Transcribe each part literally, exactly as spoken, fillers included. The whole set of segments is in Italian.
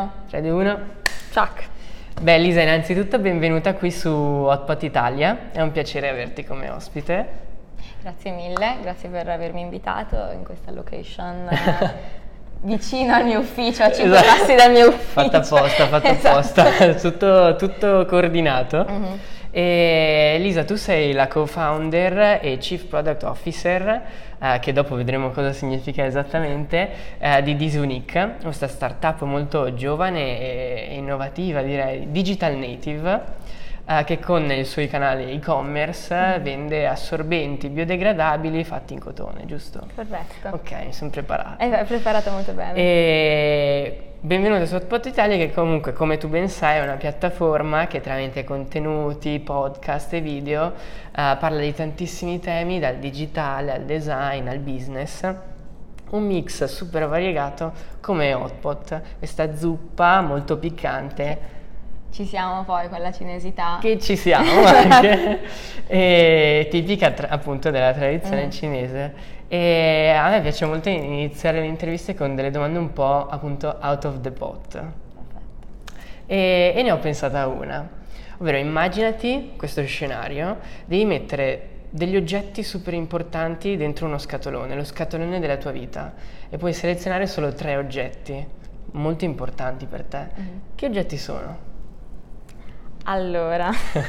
iniziamo. tre, due, uno. Ciak. Beh, Lisa, innanzitutto benvenuta qui su Hotpot Italia, è un piacere averti come ospite. Grazie mille, grazie per avermi invitato in questa location eh, vicino al mio ufficio, a cinque Esatto. passi dal mio ufficio. Fatta apposta, fatta Esatto. apposta, tutto, tutto coordinato. Mm-hmm. E Lisa, tu sei la co-founder e Chief Product Officer, eh, che dopo vedremo cosa significa esattamente, eh, di Disunique, questa startup molto giovane e innovativa, direi, digital native, eh, che con i suoi canali e-commerce mm. vende assorbenti biodegradabili fatti in cotone, giusto? Perfetto. Ok, mi sono preparata. Hai preparato molto bene. E benvenuto su Hotpot Italia, che comunque, come tu ben sai, è una piattaforma che tramite contenuti, podcast e video eh, parla di tantissimi temi, dal digitale al design al business. Un mix super variegato come Hotpot, questa zuppa molto piccante. Ci siamo poi con la cinesità. Che ci siamo anche, e tipica tra, appunto della tradizione mm. cinese. E a me piace molto iniziare le interviste con delle domande un po' appunto out of the pot. Perfetto. E, e ne ho pensata una, ovvero immaginati questo scenario, devi mettere degli oggetti super importanti dentro uno scatolone, lo scatolone della tua vita, e puoi selezionare solo tre oggetti molto importanti per te. Mm-hmm. Che oggetti sono? Allora,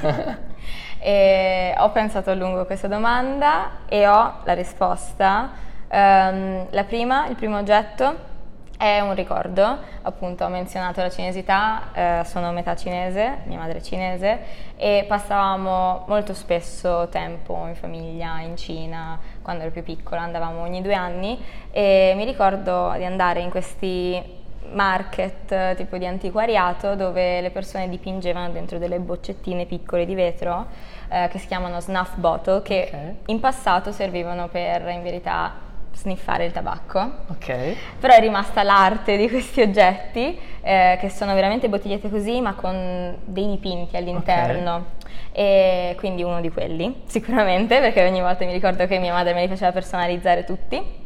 eh, ho pensato a lungo a questa domanda e ho la risposta. Um, la prima, il primo oggetto è un ricordo, appunto ho menzionato la cinesità, eh, sono metà cinese, mia madre è cinese, e passavamo molto spesso tempo in famiglia in Cina. Quando ero più piccola andavamo ogni due anni e mi ricordo di andare in questi market tipo di antiquariato dove le persone dipingevano dentro delle boccettine piccole di vetro eh, che si chiamano snuff bottle, che okay. in passato servivano per in verità sniffare il tabacco. Ok. Però è rimasta l'arte di questi oggetti eh, che sono veramente bottigliette così ma con dei dipinti all'interno. Okay. E quindi uno di quelli sicuramente, perché ogni volta mi ricordo che mia madre me li faceva personalizzare tutti.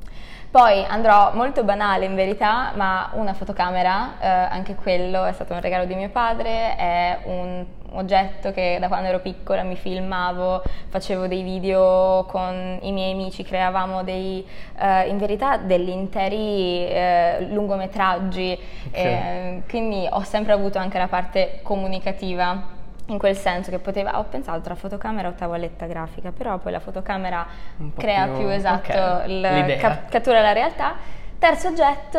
Poi andrò molto banale in verità, ma una fotocamera, eh, anche quello è stato un regalo di mio padre, è un oggetto che da quando ero piccola mi filmavo, facevo dei video con i miei amici, creavamo dei, eh, in verità degli interi eh, lungometraggi, okay. eh, quindi ho sempre avuto anche la parte comunicativa. In quel senso che poteva, ho pensato tra fotocamera o tavoletta grafica, però poi la fotocamera crea più, più esatto, okay. il, cap- cattura la realtà. Terzo oggetto,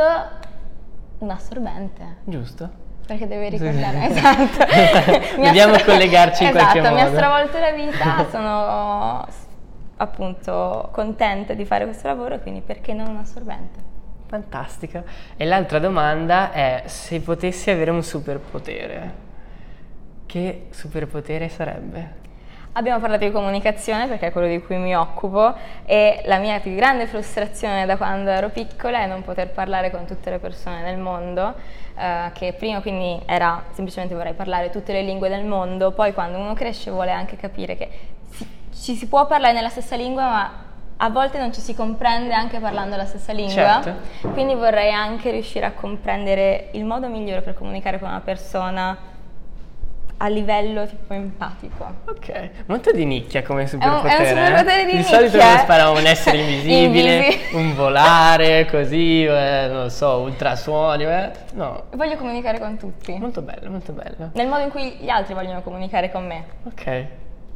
un assorbente. Giusto. Perché devi ricordare, sì. Esatto. Dobbiamo stra- collegarci in esatto, qualche modo. Mi ha stravolto la vita, sono appunto contenta di fare questo lavoro, quindi perché non un assorbente? Fantastica. E l'altra domanda è, se potessi avere un superpotere, che superpotere sarebbe? Abbiamo parlato di comunicazione perché è quello di cui mi occupo e la mia più grande frustrazione da quando ero piccola è non poter parlare con tutte le persone del mondo, eh, che prima quindi era semplicemente vorrei parlare tutte le lingue del mondo, poi quando uno cresce vuole anche capire che si, ci si può parlare nella stessa lingua ma a volte non ci si comprende anche parlando la stessa lingua, certo. Quindi vorrei anche riuscire a comprendere il modo migliore per comunicare con una persona a livello tipo empatico. Ok, molto di nicchia come superpotere. È un, è un superpotere eh? di, di nicchia. Di solito uno spara un essere invisibile, Invisi. un volare, così, eh, non lo so, ultrasuoni, eh? No. Voglio comunicare con tutti. Molto bello, molto bello. Nel modo in cui gli altri vogliono comunicare con me. Ok. E,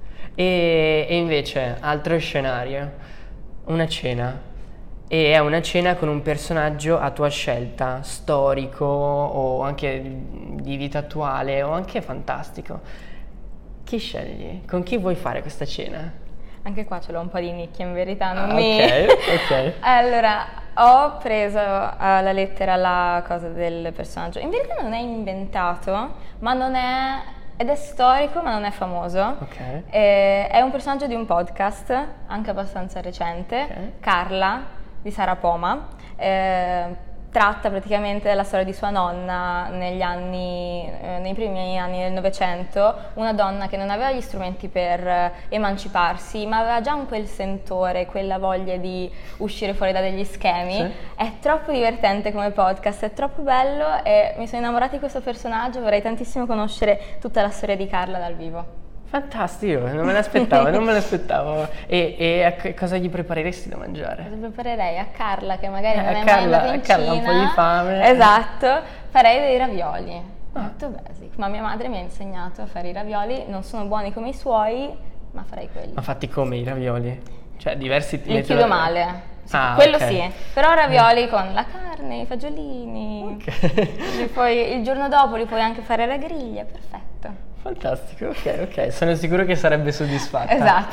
e invece, altro scenario, una cena. E è una cena con un personaggio a tua scelta, storico o anche di vita attuale o anche fantastico. Chi scegli? Con chi vuoi fare questa cena? Anche qua ce l'ho un po' di nicchia in verità, non ah, mi... Ok, ok. Allora, ho preso alla lettera la cosa del personaggio. In verità non è inventato, ma non è... ed è storico ma non è famoso. Ok. Eh, è un personaggio di un podcast, anche abbastanza recente, okay. Carla, di Sara Poma, eh, tratta praticamente della storia di sua nonna negli anni, eh, nei primi anni del Novecento, una donna che non aveva gli strumenti per eh, emanciparsi, ma aveva già un quel sentore, quella voglia di uscire fuori da degli schemi. Sì. È troppo divertente come podcast, è troppo bello e mi sono innamorata di questo personaggio, vorrei tantissimo conoscere tutta la storia di Carla dal vivo. Fantastico, non me l'aspettavo, non me l'aspettavo. E, e a che cosa gli prepareresti da mangiare? Cosa preparerei? A Carla, che magari eh, non è Carla, mai andata in Carla Cina. un po' di fame. Esatto, farei dei ravioli. Ah. Molto basic. Ma mia madre mi ha insegnato a fare i ravioli, non sono buoni come i suoi, ma farei quelli. Ma fatti come i ravioli? Cioè diversi... Li chiudo male. Sì, ah, quello okay. sì, però ravioli con la carne, i fagiolini, okay. Poi il giorno dopo li puoi anche fare alla griglia, perfetto. Fantastico, ok, ok, sono sicuro che sarebbe soddisfatta. Esatto.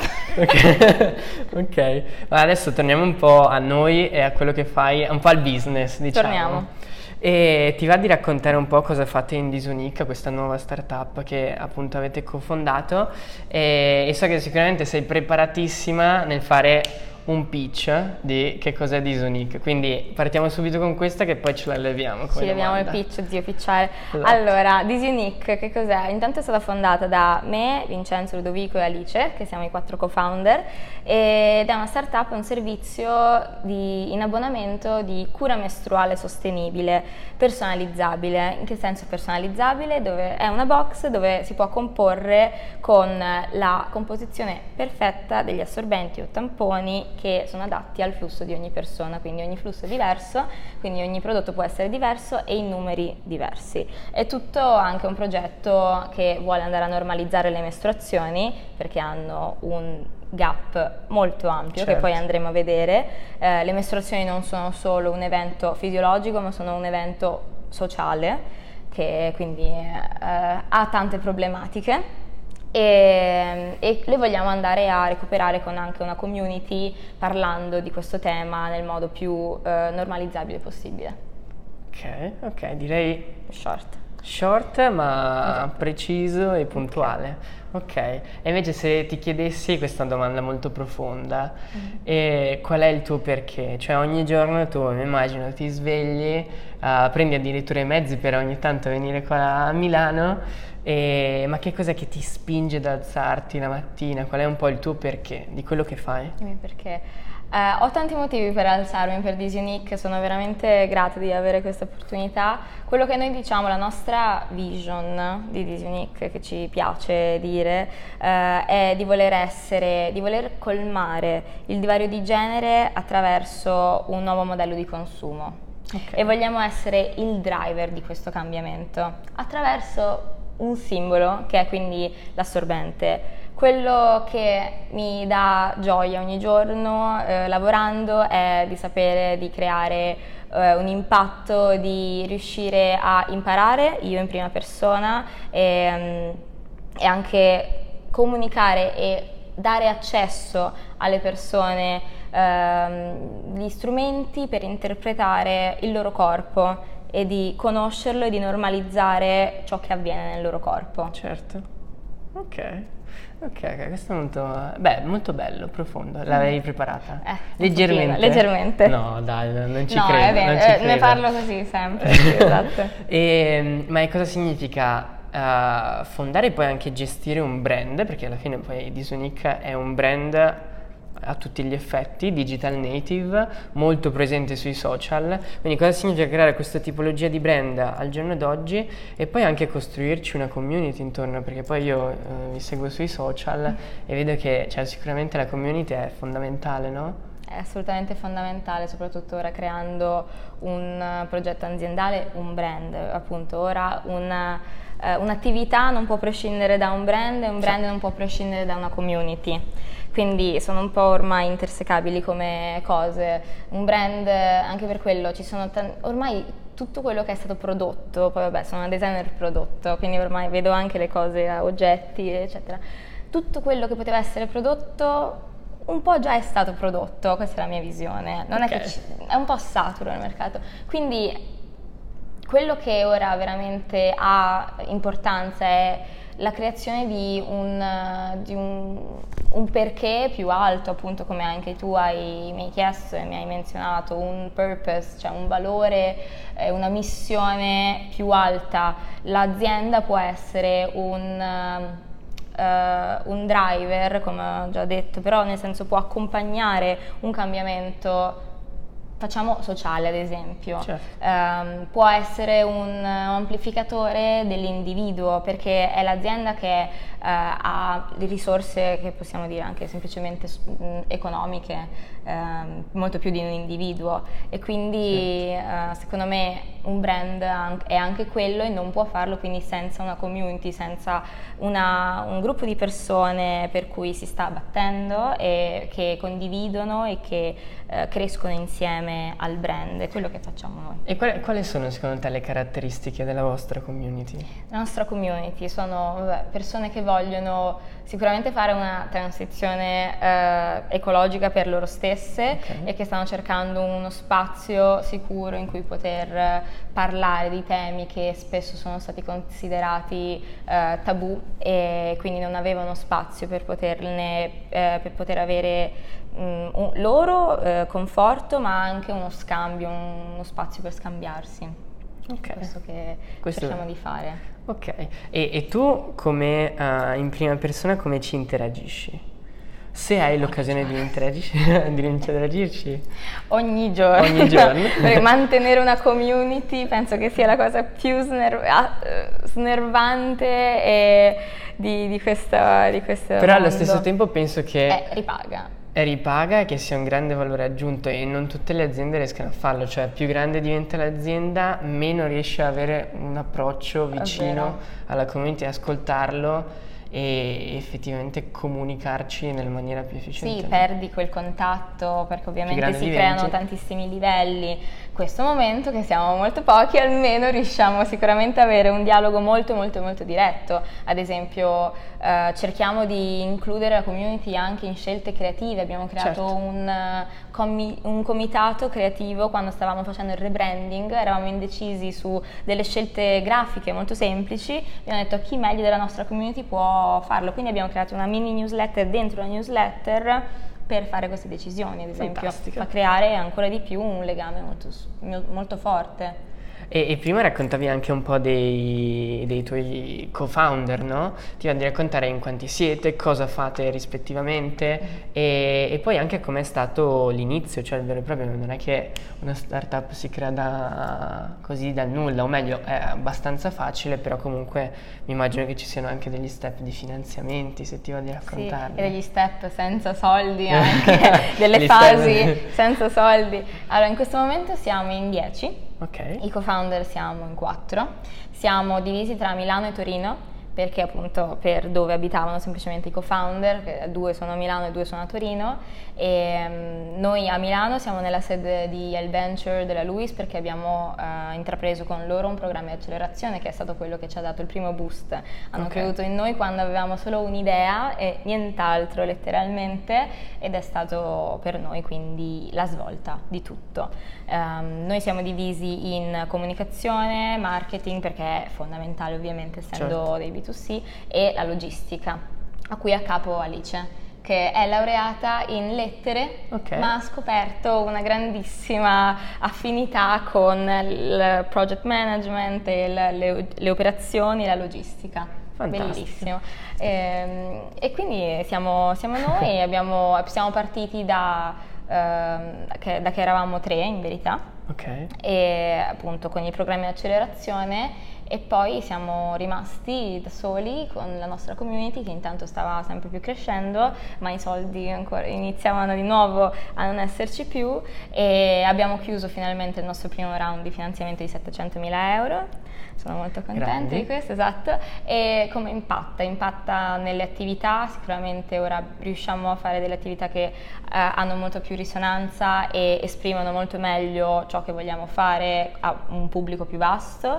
Ok, ok. Ma adesso torniamo un po' a noi e a quello che fai, un po' al business, diciamo. Torniamo. E ti va di raccontare un po' cosa fate in Disunic, questa nuova startup che appunto avete cofondato, e, e so che sicuramente sei preparatissima nel fare un pitch di che cos'è Disunic, quindi partiamo subito con questa che poi ce la leviamo. Ci leviamo il pitch, zio pitchare. Esatto. Allora, Disunic che cos'è? Intanto è stata fondata da me, Vincenzo, Ludovico e Alice, che siamo i quattro co-founder, ed è una startup, un servizio di, in abbonamento di cura mestruale sostenibile, personalizzabile. In che senso personalizzabile? Dove è una box dove si può comporre con la composizione perfetta degli assorbenti o tamponi che sono adatti al flusso di ogni persona, quindi ogni flusso è diverso, quindi ogni prodotto può essere diverso e in numeri diversi. È tutto anche un progetto che vuole andare a normalizzare le mestruazioni, perché hanno un gap molto ampio, certo, che poi andremo a vedere. Eh, le mestruazioni non sono solo un evento fisiologico, ma sono un evento sociale, che quindi eh, ha tante problematiche. E, e le vogliamo andare a recuperare con anche una community, parlando di questo tema nel modo più eh, normalizzabile possibile. Ok, ok, direi short. Short ma esatto, preciso e puntuale. Ok, e invece se ti chiedessi questa domanda molto profonda, mm-hmm. e qual è il tuo perché? Cioè ogni giorno tu, mi immagino, ti svegli, uh, prendi addirittura i mezzi per ogni tanto venire qua a Milano, e, ma che cos'è che ti spinge ad alzarti la mattina? Qual è un po' il tuo perché di quello che fai? Il mio perché? Eh, ho tanti motivi per alzarmi per Disunic, sono veramente grata di avere questa opportunità. Quello che noi diciamo, la nostra vision di Disunic, che ci piace dire, eh, è di voler essere, di voler colmare il divario di genere attraverso un nuovo modello di consumo. Okay. E vogliamo essere il driver di questo cambiamento attraverso un simbolo che è quindi l'assorbente. Quello che mi dà gioia ogni giorno eh, lavorando è di sapere di creare eh, un impatto, di riuscire a imparare io in prima persona e, e anche comunicare e dare accesso alle persone ehm, gli strumenti per interpretare il loro corpo e di conoscerlo e di normalizzare ciò che avviene nel loro corpo. Certo, ok. Ok, ok, questo è molto, beh, molto bello, profondo. L'avevi preparata? Eh, leggermente? Leggermente. No, dai, non ci no, credo. No, è vero, non ci eh, credo. Ne parlo così sempre, sì, esatto. E, ma cosa significa uh, fondare e poi anche gestire un brand? Perché alla fine poi Disunic è un brand a tutti gli effetti, digital native, molto presente sui social, quindi cosa significa creare questa tipologia di brand al giorno d'oggi e poi anche costruirci una community intorno, perché poi io eh, vi seguo sui social e vedo che cioè, sicuramente la community è fondamentale, no? È assolutamente fondamentale, soprattutto ora creando un progetto aziendale, un brand, appunto ora una, eh, un'attività non può prescindere da un brand e un brand non può prescindere da una community. Quindi sono un po' ormai intersecabili come cose. Un brand, anche per quello, ci sono t- ormai tutto quello che è stato prodotto, poi vabbè sono una designer prodotto, quindi ormai vedo anche le cose a oggetti, eccetera. Tutto quello che poteva essere prodotto un po' già è stato prodotto, questa è la mia visione. Non okay. è che ci, è un po' saturo il mercato. Quindi quello che ora veramente ha importanza è la creazione di un, di un, un perché più alto, appunto come anche tu hai, mi hai chiesto e mi hai menzionato, un purpose, cioè un valore, eh, una missione più alta. L'azienda può essere un, uh, un driver, come ho già detto, però nel senso può accompagnare un cambiamento. Facciamo sociale ad esempio, certo. um, può essere un, un amplificatore dell'individuo, perché è l'azienda che uh, ha risorse che possiamo dire anche semplicemente mh, economiche, uh, molto più di un individuo, e quindi certo. uh, secondo me un brand è anche quello e non può farlo quindi senza una community, senza una, un gruppo di persone per cui si sta battendo e che condividono e che uh, crescono insieme al brand. È quello che facciamo noi. E quali, quali sono secondo te le caratteristiche della vostra community? La nostra community sono vabbè, persone che vogliono sicuramente fare una transizione eh, ecologica per loro stesse, okay. e che stanno cercando uno spazio sicuro in cui poter parlare di temi che spesso sono stati considerati eh, tabù, e quindi non avevano spazio per poterne eh, per poter avere um, un, loro eh, conforto, ma anche uno scambio, un, uno spazio per scambiarsi. Okay. Questo che Questo cerchiamo è... di fare. Ok, e, e tu come uh, in prima persona come ci interagisci? Se hai l'occasione di, interagir- di interagirci? Ogni giorno. Ogni giorno. Per mantenere una community penso che sia la cosa più sner- snervante e di, di questa di questo Però mondo. Allo stesso tempo penso che... Eh, ripaga. È ripaga e che sia un grande valore aggiunto, e non tutte le aziende riescono a farlo, cioè più grande diventa l'azienda meno riesce ad avere un approccio vicino alla community, ascoltarlo e effettivamente comunicarci nella maniera più efficiente. Sì, perdi quel contatto perché ovviamente si diventi. creano tantissimi livelli. In questo momento che siamo molto pochi, almeno riusciamo sicuramente ad avere un dialogo molto molto molto diretto. Ad esempio eh, cerchiamo di includere la community anche in scelte creative. Abbiamo creato certo. un, comi- un comitato creativo quando stavamo facendo il rebranding, eravamo indecisi su delle scelte grafiche molto semplici, abbiamo detto chi meglio della nostra community può farlo, quindi abbiamo creato una mini newsletter dentro la newsletter per fare queste decisioni, ad esempio. Fantastico. Fa creare ancora di più un legame molto, molto forte. E, e prima raccontavi anche un po' dei, dei tuoi co-founder, no? Ti va di raccontare in quanti siete, cosa fate rispettivamente, mm-hmm. e, e poi anche com'è stato l'inizio, cioè il vero e proprio non è che una startup si crea da, così dal nulla, o meglio è abbastanza facile, però comunque mi immagino che ci siano anche degli step di finanziamenti, se ti va di raccontarli. Sì, e degli step senza soldi anche, delle fasi step. senza soldi. Allora in questo momento siamo in dieci. Okay. I co-founder siamo in quattro, siamo divisi tra Milano e Torino, perché appunto per dove abitavano semplicemente i co-founder, che due sono a Milano e due sono a Torino, e um, noi a Milano siamo nella sede di El Venture della Luis perché abbiamo uh, intrapreso con loro un programma di accelerazione che è stato quello che ci ha dato il primo boost. Hanno okay. creduto in noi quando avevamo solo un'idea e nient'altro letteralmente, ed è stato per noi quindi la svolta di tutto. Um, noi siamo divisi in comunicazione, marketing, perché è fondamentale ovviamente essendo certo. dei B due C, e la logistica, a cui a capo Alice, che è laureata in lettere, okay. ma ha scoperto una grandissima affinità con il project management, e le, le, le operazioni e la logistica. Fantastico. Bellissimo. E, e quindi siamo, siamo noi, abbiamo, siamo partiti da... Uh, che, da che eravamo tre in verità, okay. e appunto con i programmi di accelerazione, e poi siamo rimasti da soli con la nostra community che intanto stava sempre più crescendo, ma i soldi ancora iniziavano di nuovo a non esserci più, e abbiamo chiuso finalmente il nostro primo round di finanziamento di settecentomila euro. Sono molto contenta Grandi. di questo, esatto. E come impatta? Impatta nelle attività, sicuramente ora riusciamo a fare delle attività che eh, hanno molto più risonanza e esprimono molto meglio ciò che vogliamo fare a un pubblico più vasto,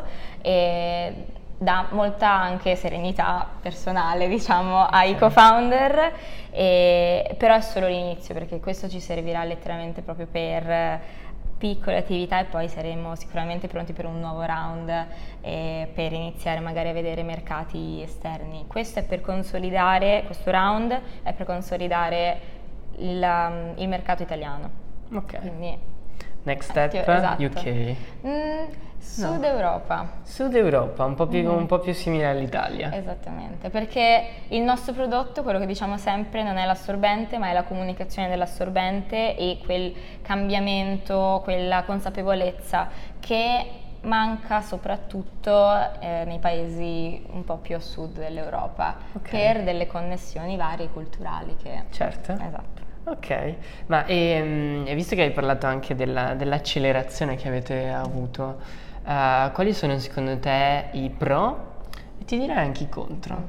e dà molta anche serenità personale, diciamo, ai okay. co-founder, e, però è solo l'inizio, perché questo ci servirà letteralmente proprio per piccole attività e poi saremo sicuramente pronti per un nuovo round e per iniziare magari a vedere mercati esterni. Questo è per consolidare, questo round è per consolidare il, il mercato italiano. Ok. Quindi, Next step, esatto. U K. Mm, Sud No. Europa. Sud Europa, un po' più, Mm. un po' più simile all'Italia. Esattamente, perché il nostro prodotto, quello che diciamo sempre, non è l'assorbente, ma è la comunicazione dell'assorbente e quel cambiamento, quella consapevolezza che manca soprattutto eh, nei paesi un po' più a sud dell'Europa, Ok. per delle connessioni varie culturali che... Certo. Esatto. Ok, ma e, e visto che hai parlato anche della- dell'accelerazione che avete avuto, eh, quali sono secondo te i pro e ti direi anche i contro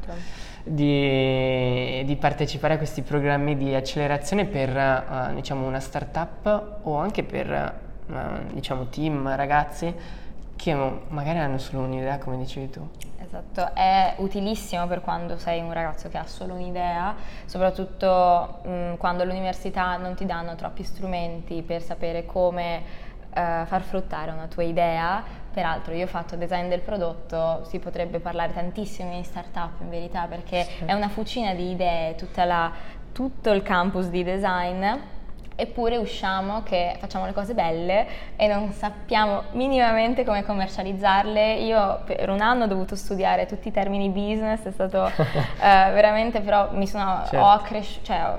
di, di partecipare a questi programmi di accelerazione per eh, diciamo una startup o anche per eh, diciamo team, ragazzi che magari hanno solo un'idea come dicevi tu? Esatto, è utilissimo per quando sei un ragazzo che ha solo un'idea, soprattutto mh, quando all'università non ti danno troppi strumenti per sapere come eh, far fruttare una tua idea. Peraltro io ho fatto design del prodotto, si potrebbe parlare tantissimo in startup in verità, perché Sì. è una fucina di idee, tutta la, tutto il campus di design. Eppure usciamo che facciamo le cose belle e non sappiamo minimamente come commercializzarle. Io per un anno ho dovuto studiare tutti i termini business, è stato eh, veramente, però mi sono, Certo. ho cresciuto, cioè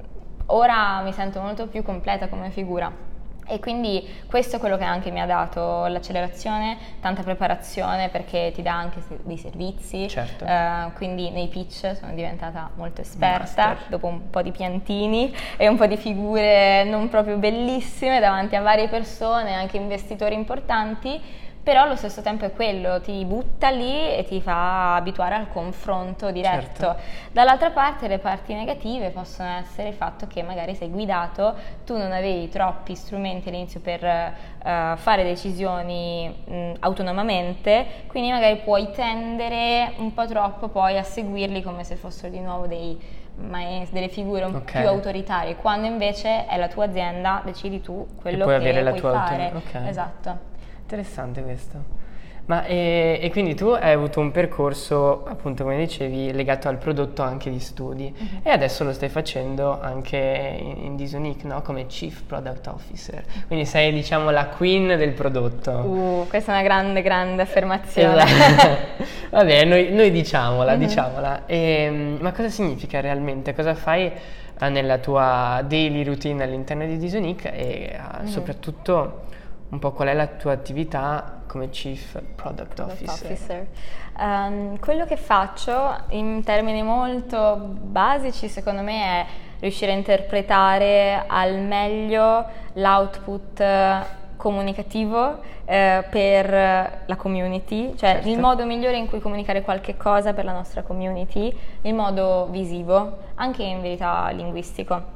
ora mi sento molto più completa come figura. E quindi questo è quello che anche mi ha dato l'accelerazione, tanta preparazione perché ti dà anche se- dei servizi, Certo. eh, quindi nei pitch sono diventata molto esperta, Master. dopo un po' di piantini e un po' di figure non proprio bellissime davanti a varie persone, anche investitori importanti, però allo stesso tempo è quello, ti butta lì e ti fa abituare al confronto diretto. Certo. Dall'altra parte le parti negative possono essere il fatto che magari sei guidato, tu non avevi troppi strumenti all'inizio per eh, fare decisioni mh, autonomamente, quindi magari puoi tendere un po' troppo poi a seguirli come se fossero di nuovo dei maestri, delle figure un Ok. più autoritarie, quando invece è la tua azienda, decidi tu quello puoi che avere la puoi tua fare. autonomia. Ok. Esatto. Interessante questo. Ma e, e quindi tu hai avuto un percorso, appunto come dicevi, legato al prodotto anche di studi Mhm. e adesso lo stai facendo anche in, in Disunic, no? Come Chief Product Officer. Quindi sei, diciamo, la queen del prodotto. Uh, questa è una grande, grande affermazione. Esatto. Vabbè, noi, noi diciamola, Mhm. diciamola. E, ma cosa significa realmente? Cosa fai eh, nella tua daily routine all'interno di Disunic e eh, Mhm. soprattutto un po' qual è la tua attività come Chief Product Officer? Officer. Um, quello che faccio in termini molto basici secondo me è riuscire a interpretare al meglio l'output eh, comunicativo eh, per la community, cioè Certo. il modo migliore in cui comunicare qualche cosa per la nostra community, il modo visivo, anche in verità linguistico.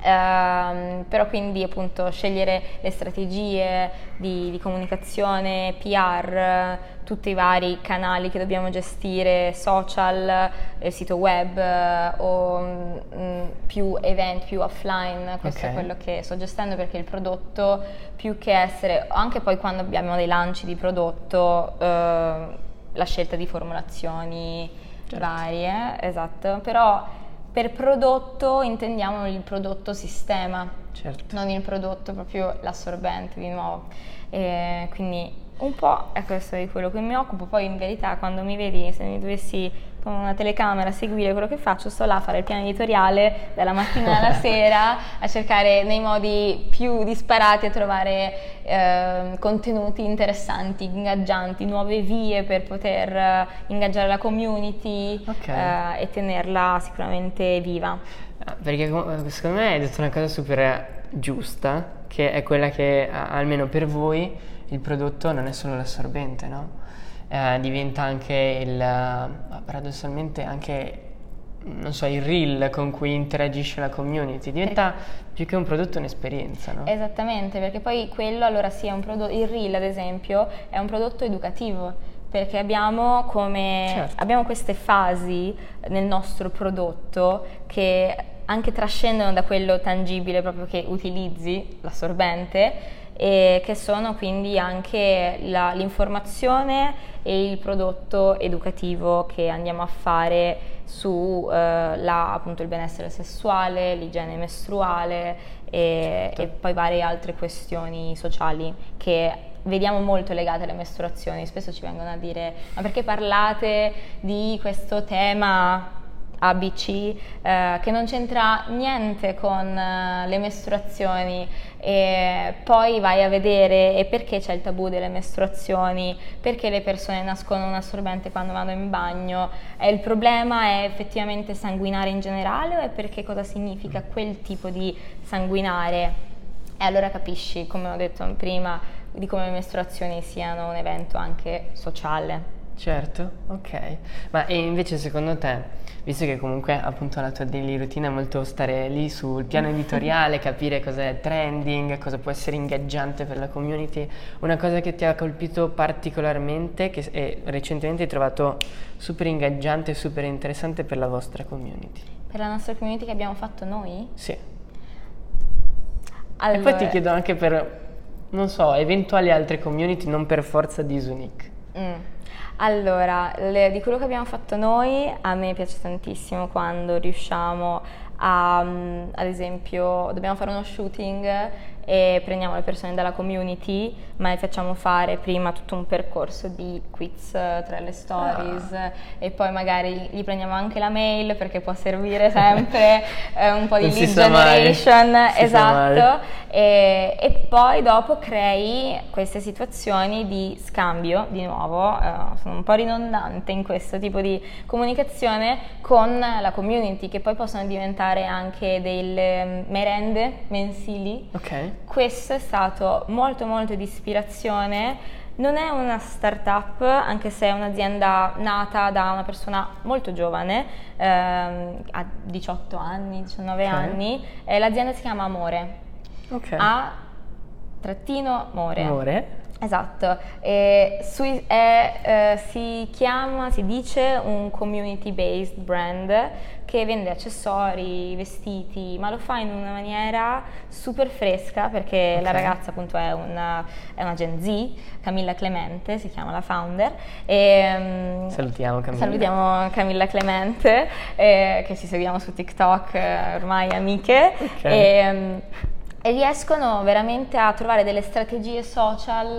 Ehm, però quindi appunto scegliere le strategie di, di comunicazione, P R, tutti i vari canali che dobbiamo gestire, social, il sito web eh, o mm, più event, più offline, questo Ok. è quello che sto gestendo perché il prodotto più che essere, anche poi quando abbiamo dei lanci di prodotto, eh, la scelta di formulazioni Certo. varie, esatto, però per prodotto intendiamo il prodotto sistema, Certo. non il prodotto proprio l'assorbente di nuovo. E quindi un po' è questo di quello che mi occupo, poi in verità quando mi vedi, se mi dovessi con una telecamera seguire quello che faccio, sto là a fare il piano editoriale dalla mattina alla sera, a cercare nei modi più disparati a trovare eh, contenuti interessanti, ingaggianti, nuove vie per poter eh, ingaggiare la community Ok. eh, e tenerla sicuramente viva. Ah, perché com- secondo me hai detto una cosa super giusta, che è quella che a- almeno per voi il prodotto non è solo l'assorbente, no? Eh, diventa anche il, eh, paradossalmente anche, non so, il reel con cui interagisce la community, diventa più che un prodotto un'esperienza, no? Esattamente, perché poi quello allora sì è un prodotto, il reel ad esempio è un prodotto educativo, perché abbiamo come Certo. abbiamo queste fasi nel nostro prodotto che anche trascendono da quello tangibile proprio che utilizzi, l'assorbente, e che sono quindi anche la, l'informazione e il prodotto educativo che andiamo a fare su eh, la, appunto il benessere sessuale, l'igiene mestruale e, e poi varie altre questioni sociali che vediamo molto legate alle mestruazioni. Spesso ci vengono a dire: ma perché parlate di questo tema A B C eh, che non c'entra niente con uh, le mestruazioni, e poi vai a vedere e perché c'è il tabù delle mestruazioni, perché le persone nascono un assorbente quando vanno in bagno, e il problema è effettivamente sanguinare in generale o è perché cosa significa quel tipo di sanguinare? E allora capisci, come ho detto prima, di come le mestruazioni siano un evento anche sociale. Certo, ok. Ma e invece secondo te, visto che comunque appunto la tua daily routine è molto stare lì sul piano editoriale, capire cos'è trending, cosa può essere ingaggiante per la community, una cosa che ti ha colpito particolarmente, che e recentemente hai trovato super ingaggiante e super interessante per la vostra community? Per la nostra community che abbiamo fatto noi? Sì. Allora, e poi ti chiedo anche per, non so, eventuali altre community, non per forza di Disunic. Mm. Allora, le, di quello che abbiamo fatto noi, a me piace tantissimo quando riusciamo a, um, ad esempio, dobbiamo fare uno shooting e prendiamo le persone dalla community, ma le facciamo fare prima tutto un percorso di quiz tra le stories ah. e poi magari gli prendiamo anche la mail perché può servire sempre eh, un po' di lead generation, esatto, e, e poi dopo crei queste situazioni di scambio, di nuovo, eh, sono un po' ridondante in questo tipo di comunicazione con la community, che poi possono diventare anche delle merende mensili. Ok. Questo è stato molto molto di ispirazione. Non è una startup, anche se è un'azienda nata da una persona molto giovane, ehm, ha diciotto anni, diciannove okay. anni, e l'azienda si chiama Amore. Ok. A trattino More. Amore. Esatto, e sui, è, eh, si chiama, si dice un community based brand che vende accessori, vestiti, ma lo fa in una maniera super fresca perché okay. la ragazza appunto è una, è una Gen Z, Camilla Clemente si chiama la founder. E, salutiamo Camilla. Salutiamo Camilla Clemente, eh, che ci seguiamo su TikTok, eh, ormai amiche. Okay. E, e riescono veramente a trovare delle strategie social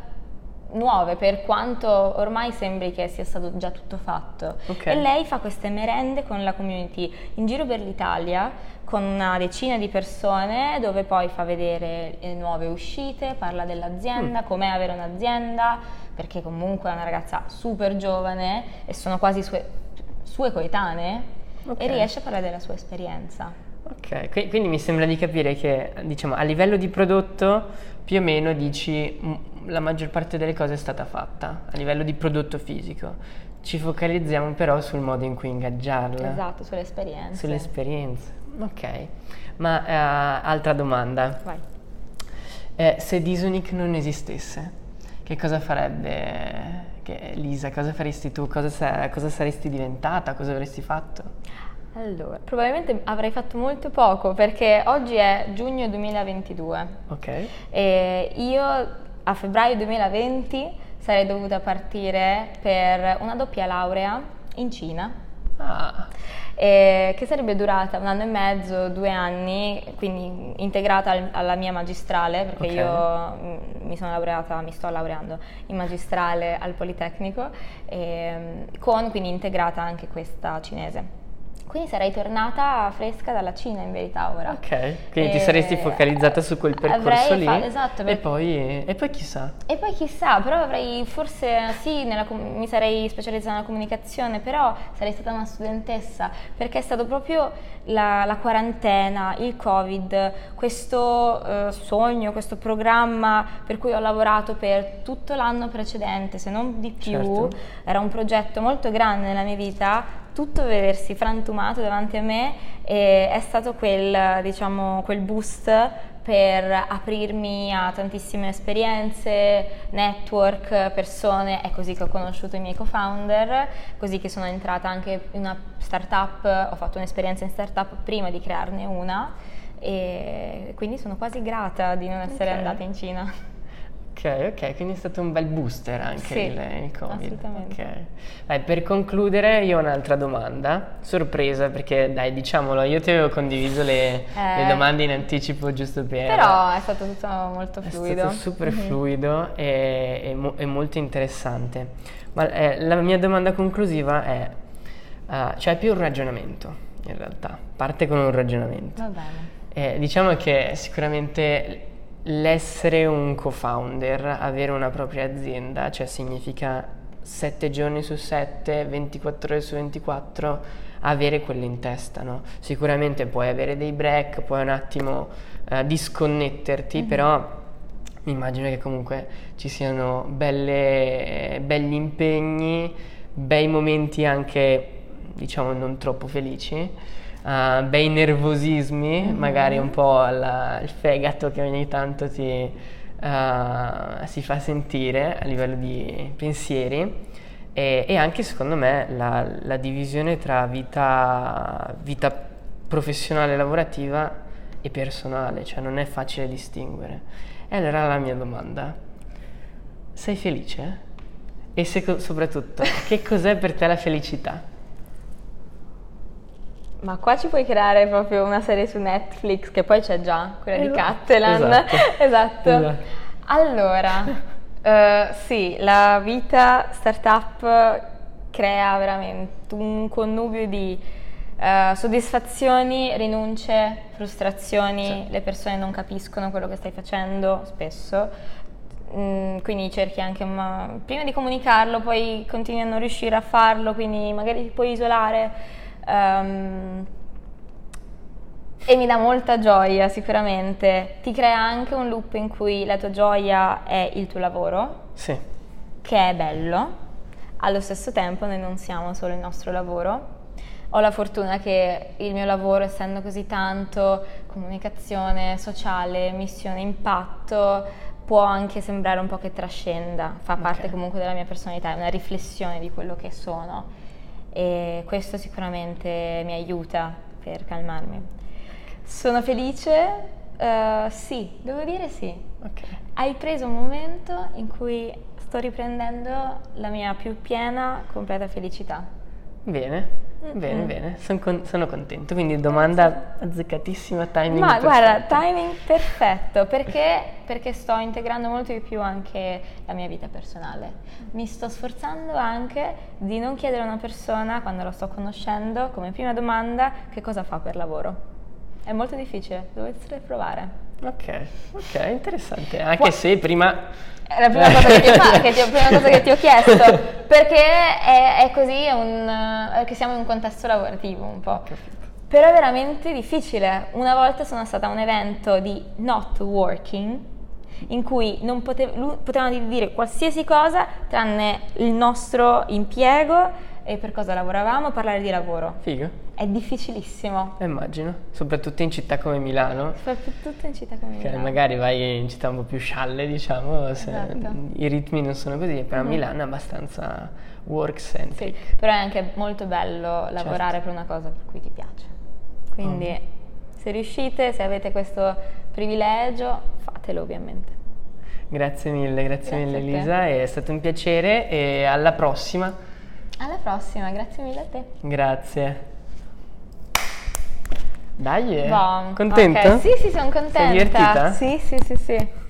nuove, per quanto ormai sembri che sia stato già tutto fatto. Okay. E lei fa queste merende con la community in giro per l'Italia con una decina di persone, dove poi fa vedere le nuove uscite, parla dell'azienda, mm. com'è avere un'azienda, perché comunque è una ragazza super giovane e sono quasi sue, sue coetanee, okay. e riesce a parlare della sua esperienza. Ok, quindi mi sembra di capire che, diciamo, a livello di prodotto più o meno dici la maggior parte delle cose è stata fatta a livello di prodotto fisico. Ci focalizziamo però sul modo in cui ingaggiarla. Esatto, sulle esperienze. Sulle esperienze, ok. Ma eh, altra domanda. Vai. Eh, se Disunic non esistesse, che cosa farebbe che Lisa? Cosa faresti tu? Cosa, sa- cosa saresti diventata? Cosa avresti fatto? Allora, probabilmente avrei fatto molto poco perché oggi è giugno duemilaventidue. Ok. E io a febbraio duemilaventi sarei dovuta partire per una doppia laurea in Cina. Ah. E che sarebbe durata un anno e mezzo, due anni, quindi integrata al, alla mia magistrale, perché okay. io mi sono laureata, mi sto laureando in magistrale al Politecnico, e, con quindi integrata anche questa cinese. Quindi sarei tornata fresca dalla Cina in verità ora. Ok, quindi e ti saresti focalizzata su quel percorso lì fa- esatto, e poi, e poi chissà. E poi chissà, però avrei forse, sì, nella, mi sarei specializzata nella comunicazione, però sarei stata una studentessa, perché è stato proprio la, la quarantena, il Covid, questo eh, sogno, questo programma per cui ho lavorato per tutto l'anno precedente, se non di più, certo. Era un progetto molto grande nella mia vita, tutto vedersi frantumato davanti a me, e è stato quel, diciamo, quel boost per aprirmi a tantissime esperienze, network, persone. È così che ho conosciuto i miei co-founder, così che sono entrata anche in una startup, ho fatto un'esperienza in startup prima di crearne una, e quindi sono quasi grata di non essere Ok. andata in Cina. Ok, ok, quindi è stato un bel booster anche Sì, il, il Covid. assolutamente. Ok. Dai, per concludere io ho un'altra domanda, sorpresa perché dai diciamolo, io ti avevo condiviso le, Eh. le domande in anticipo giusto per... Però è stato tutto molto È fluido. stato super Mhm. fluido e, e mo- e molto interessante. Ma eh, la mia domanda conclusiva è, eh, c'è più un ragionamento in realtà, parte con un ragionamento. Va bene. Eh, diciamo che sicuramente l'essere un co-founder, avere una propria azienda, cioè significa sette giorni su sette, ventiquattro ore su ventiquattro, avere quello in testa, no? Sicuramente puoi avere dei break, puoi un attimo eh, disconnetterti, Mhm. però mi immagino che comunque ci siano belle, belli impegni, bei momenti anche, diciamo, non troppo felici. Uh, bei nervosismi, Mhm. magari un po' alla- il fegato che ogni tanto ti uh, si fa sentire a livello di pensieri e, e anche secondo me la, la divisione tra vita, vita professionale lavorativa e personale, cioè non è facile distinguere. E allora la mia domanda, sei felice? E se- soprattutto, che cos'è per te la felicità? Ma qua ci puoi creare proprio una serie su Netflix, che poi c'è già, quella di Esatto, Cattelan. esatto. Esatto. Esatto. Allora, eh, sì, la vita startup crea veramente un connubio di eh, soddisfazioni, rinunce, frustrazioni, Sì. le persone non capiscono quello che stai facendo spesso. Mm, quindi cerchi anche, ma, prima di comunicarlo, poi continui a non riuscire a farlo, quindi magari ti puoi isolare. Um, e mi dà molta gioia sicuramente, ti crea anche un loop in cui la tua gioia è il tuo lavoro, Sì. che è bello, allo stesso tempo noi non siamo solo il nostro lavoro. Ho la fortuna che il mio lavoro, essendo così tanto comunicazione sociale, missione, impatto, può anche sembrare un po' che trascenda, fa parte Ok. comunque della mia personalità, è una riflessione di quello che sono. E questo sicuramente mi aiuta per calmarmi. Sono felice? Uh, sì, devo dire sì. Ok. Hai preso un momento in cui sto riprendendo la mia più piena, completa felicità. Bene, Mm-mm. bene, bene, Son con- sono contento. Quindi domanda azzeccatissima, timing Ma guarda, perfetto. timing perfetto, perché, perché sto integrando molto di più anche la mia vita personale. Mi sto sforzando anche di non chiedere a una persona, quando la sto conoscendo, come prima domanda, che cosa fa per lavoro. È molto difficile, dovete provare. Ok, ok, interessante. Anche Qua- se prima... È la prima cosa che ti ho, fa- che ti ho- prima cosa che ti ho chiesto, perché è, è così, è un, eh, che siamo in un contesto lavorativo un po'. Però è veramente difficile. Una volta sono stata a un evento di not working, in cui non potev- lu- potevano dire qualsiasi cosa tranne il nostro impiego e per cosa lavoravamo, parlare di lavoro. Figo, È difficilissimo, eh, immagino. Soprattutto in città come Milano, soprattutto in città come che Milano. magari vai in città un po' più scialle, diciamo, se Esatto. i ritmi non sono così, però Mhm. Milano è abbastanza work-centric. Sì, però è anche molto bello lavorare Certo. per una cosa per cui ti piace. Quindi Ovvio. se riuscite, se avete questo privilegio, fatelo ovviamente. Grazie mille, grazie, Grazie mille a te. Elisa, è stato un piacere e alla prossima. Alla prossima, grazie mille a te. Grazie. Dai, eh. Boh, contento? ok, sì, sì, sono contenta. Sei divertita? Sì, sì, sì, sì.